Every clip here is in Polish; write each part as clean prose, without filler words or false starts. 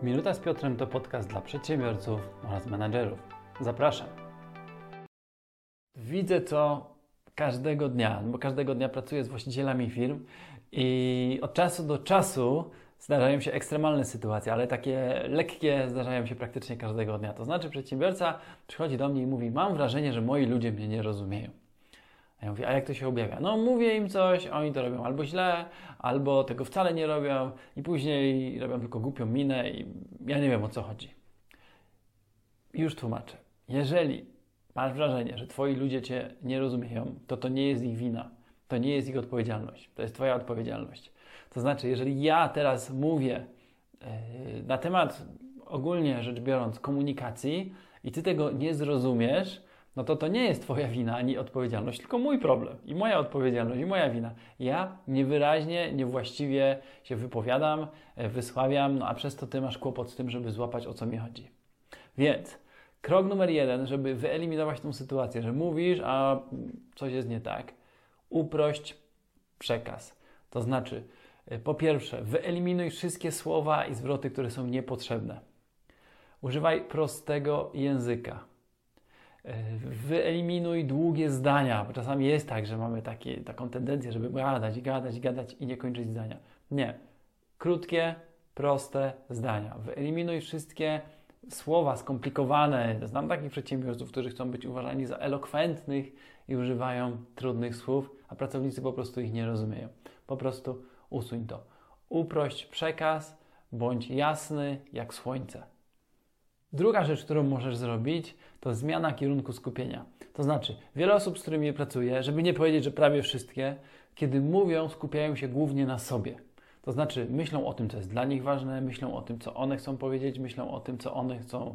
Minuta z Piotrem to podcast dla przedsiębiorców oraz menadżerów. Zapraszam. Widzę to każdego dnia, bo każdego dnia pracuję z właścicielami firm i od czasu do czasu zdarzają się ekstremalne sytuacje, ale takie lekkie zdarzają się praktycznie każdego dnia. To znaczy przedsiębiorca przychodzi do mnie i mówi: mam wrażenie, że moi ludzie mnie nie rozumieją. A ja mówię: a jak to się objawia? No mówię im coś, oni to robią albo źle, albo tego wcale nie robią i później robią tylko głupią minę i ja nie wiem, o co chodzi. I już tłumaczę. Jeżeli masz wrażenie, że twoi ludzie cię nie rozumieją, to nie jest ich wina. To nie jest ich odpowiedzialność. To jest twoja odpowiedzialność. To znaczy, jeżeli ja teraz mówię na temat, ogólnie rzecz biorąc, komunikacji i ty tego nie zrozumiesz, no to nie jest twoja wina ani odpowiedzialność, tylko mój problem i moja odpowiedzialność i moja wina. Ja niewyraźnie, niewłaściwie się wypowiadam, wysławiam, no a przez to ty masz kłopot z tym, żeby złapać, o co mi chodzi. Więc krok numer 1, żeby wyeliminować tą sytuację, że mówisz, a coś jest nie tak. Uprość przekaz. To znaczy, po pierwsze, wyeliminuj wszystkie słowa i zwroty, które są niepotrzebne. Używaj prostego języka. Wyeliminuj długie zdania, bo czasami jest tak, że mamy taką tendencję, żeby gadać i nie kończyć zdania. Nie. Krótkie, proste zdania. Wyeliminuj wszystkie słowa skomplikowane. Znam takich przedsiębiorców, którzy chcą być uważani za elokwentnych i używają trudnych słów, a pracownicy po prostu ich nie rozumieją. Po prostu usuń to. Uprość przekaz, bądź jasny jak słońce. Druga rzecz, którą możesz zrobić, to zmiana kierunku skupienia. To znaczy, wiele osób, z którymi pracuję, żeby nie powiedzieć, że prawie wszystkie, kiedy mówią, skupiają się głównie na sobie. To znaczy, myślą o tym, co jest dla nich ważne, myślą o tym, co one chcą powiedzieć, myślą o tym, co one chcą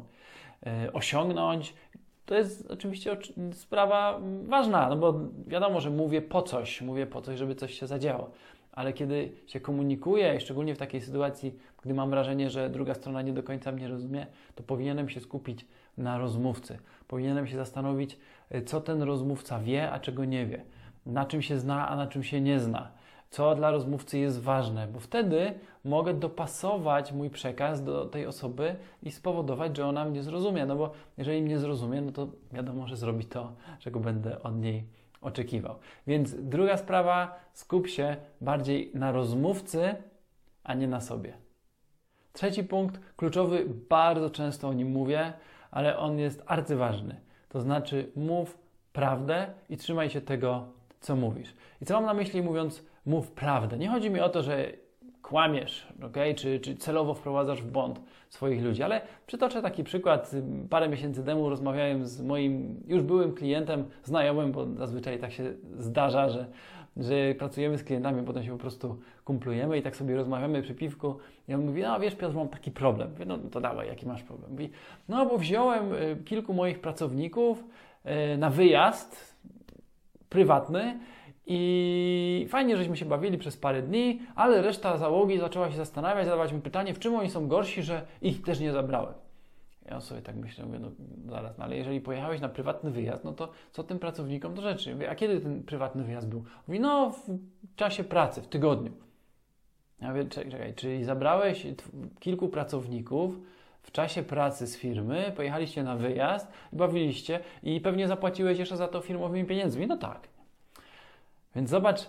osiągnąć. To jest oczywiście sprawa ważna, no bo wiadomo, że mówię po coś, żeby coś się zadziało. Ale kiedy się komunikuję, szczególnie w takiej sytuacji, gdy mam wrażenie, że druga strona nie do końca mnie rozumie, to powinienem się skupić na rozmówcy. Powinienem się zastanowić, co ten rozmówca wie, a czego nie wie. Na czym się zna, a na czym się nie zna. Co dla rozmówcy jest ważne, bo wtedy mogę dopasować mój przekaz do tej osoby i spowodować, że ona mnie zrozumie. No bo jeżeli mnie zrozumie, no to wiadomo, że zrobi to, czego będę od niej oczekiwał. Więc druga sprawa, skup się bardziej na rozmówcy, a nie na sobie. Trzeci punkt, kluczowy, bardzo często o nim mówię, ale on jest arcyważny. To znaczy mów prawdę i trzymaj się tego, co mówisz. I co mam na myśli mówiąc mów prawdę? Nie chodzi mi o to, że kłamiesz, okay? czy celowo wprowadzasz w błąd swoich ludzi, ale przytoczę taki przykład. Parę miesięcy temu rozmawiałem z moim już byłym klientem, znajomym, bo zazwyczaj tak się zdarza, że pracujemy z klientami, potem się po prostu kumplujemy i tak sobie rozmawiamy przy piwku i on mówi: no wiesz Piotr, mam taki problem. Mówię: no to dawaj, jaki masz problem? Mówi: no bo wziąłem kilku moich pracowników na wyjazd prywatny i fajnie, żeśmy się bawili przez parę dni, ale reszta załogi zaczęła się zastanawiać, zadawać mi pytanie, w czym oni są gorsi, że ich też nie zabrałem. Ja sobie tak myślę, mówię: no zaraz, no ale jeżeli pojechałeś na prywatny wyjazd, no to co tym pracownikom do rzeczy? Mówię: a kiedy ten prywatny wyjazd był? Mówi: no w czasie pracy, w tygodniu. Ja mówię: czekaj, czyli zabrałeś kilku pracowników w czasie pracy z firmy, pojechaliście na wyjazd, bawiliście i pewnie zapłaciłeś jeszcze za to firmowymi pieniędzmi? No tak. Więc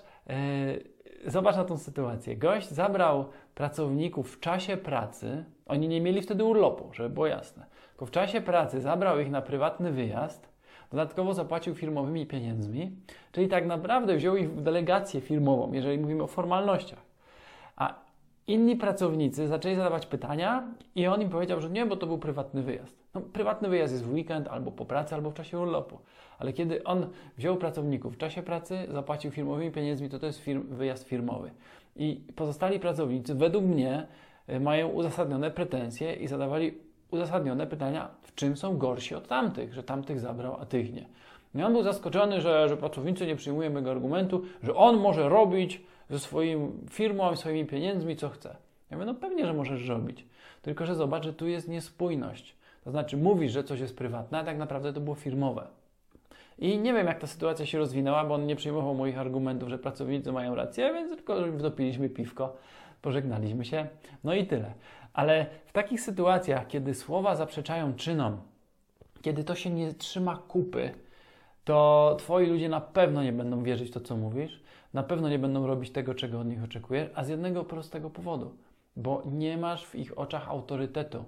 zobacz na tą sytuację. Gość zabrał pracowników w czasie pracy, oni nie mieli wtedy urlopu, żeby było jasne, tylko w czasie pracy zabrał ich na prywatny wyjazd, dodatkowo zapłacił firmowymi pieniędzmi, czyli tak naprawdę wziął ich w delegację firmową, jeżeli mówimy o formalnościach. A inni pracownicy zaczęli zadawać pytania i on im powiedział, że nie, bo to był prywatny wyjazd. No, prywatny wyjazd jest w weekend, albo po pracy, albo w czasie urlopu. Ale kiedy on wziął pracowników w czasie pracy, zapłacił firmowymi pieniędzmi, to jest wyjazd firmowy. I pozostali pracownicy według mnie mają uzasadnione pretensje i zadawali uzasadnione pytania, w czym są gorsi od tamtych, że tamtych zabrał, a tych nie. I on był zaskoczony, że pracownicy nie przyjmują jego argumentu, że on może robić ze swoją firmą i swoimi pieniędzmi co chce. Ja mówię: no pewnie, że możesz robić. Tylko że zobacz, że tu jest niespójność. To znaczy mówisz, że coś jest prywatne, a tak naprawdę to było firmowe. I nie wiem, jak ta sytuacja się rozwinęła, bo on nie przyjmował moich argumentów, że pracownicy mają rację, więc tylko dopiliśmy piwko, pożegnaliśmy się, no i tyle. Ale w takich sytuacjach, kiedy słowa zaprzeczają czynom, kiedy to się nie trzyma kupy, to twoi ludzie na pewno nie będą wierzyć w to, co mówisz, na pewno nie będą robić tego, czego od nich oczekujesz, a z jednego prostego powodu, bo nie masz w ich oczach autorytetu.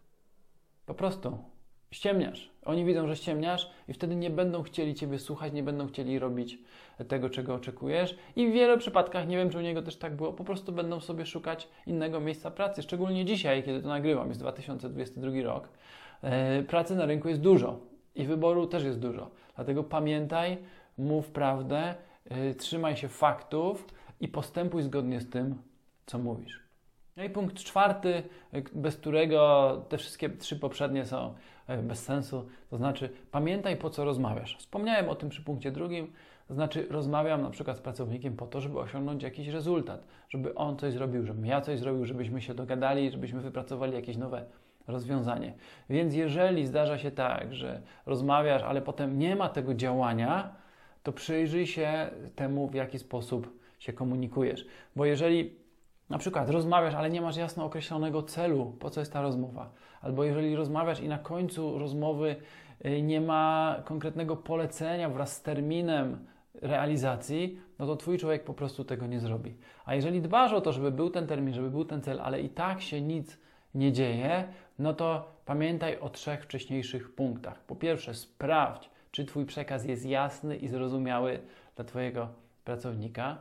Po prostu ściemniasz. Oni widzą, że ściemniasz i wtedy nie będą chcieli ciebie słuchać, nie będą chcieli robić tego, czego oczekujesz i w wielu przypadkach, nie wiem, czy u niego też tak było, po prostu będą sobie szukać innego miejsca pracy. Szczególnie dzisiaj, kiedy to nagrywam, jest 2022 rok, pracy na rynku jest dużo i wyboru też jest dużo. Dlatego pamiętaj, mów prawdę, trzymaj się faktów i postępuj zgodnie z tym, co mówisz. No i punkt 4, bez którego te wszystkie 3 poprzednie są bez sensu, to znaczy pamiętaj, po co rozmawiasz. Wspomniałem o tym przy punkcie 2, to znaczy rozmawiam na przykład z pracownikiem po to, żeby osiągnąć jakiś rezultat, żeby on coś zrobił, żebym ja coś zrobił, żebyśmy się dogadali, żebyśmy wypracowali jakieś nowe rozwiązanie. Więc jeżeli zdarza się tak, że rozmawiasz, ale potem nie ma tego działania, to przyjrzyj się temu, w jaki sposób się komunikujesz. Bo jeżeli na przykład rozmawiasz, ale nie masz jasno określonego celu, po co jest ta rozmowa, albo jeżeli rozmawiasz i na końcu rozmowy nie ma konkretnego polecenia wraz z terminem realizacji, no to twój człowiek po prostu tego nie zrobi. A jeżeli dbasz o to, żeby był ten termin, żeby był ten cel, ale i tak się nic nie dzieje, no to pamiętaj o 3 wcześniejszych punktach. Po pierwsze, sprawdź, czy twój przekaz jest jasny i zrozumiały dla twojego pracownika.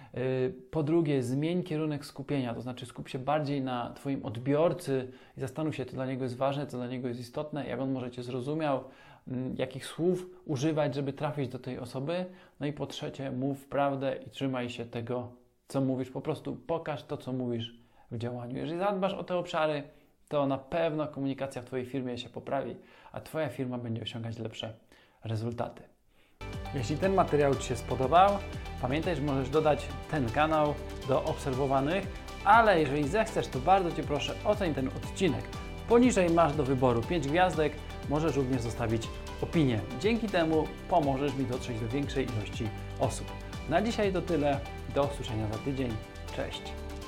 Po drugie, zmień kierunek skupienia, to znaczy skup się bardziej na twoim odbiorcy i zastanów się, co dla niego jest ważne, co dla niego jest istotne, jak on może cię zrozumiał, jakich słów używać, żeby trafić do tej osoby. No i po trzecie, mów prawdę i trzymaj się tego, co mówisz. Po prostu pokaż to, co mówisz w działaniu. Jeżeli zadbasz o te obszary, to na pewno komunikacja w twojej firmie się poprawi, a twoja firma będzie osiągać lepsze rezultaty. Jeśli ten materiał ci się spodobał, pamiętaj, że możesz dodać ten kanał do obserwowanych, ale jeżeli zechcesz, to bardzo cię proszę, oceń ten odcinek. Poniżej masz do wyboru 5 gwiazdek, możesz również zostawić opinię. Dzięki temu pomożesz mi dotrzeć do większej ilości osób. Na dzisiaj to tyle, do usłyszenia za tydzień. Cześć!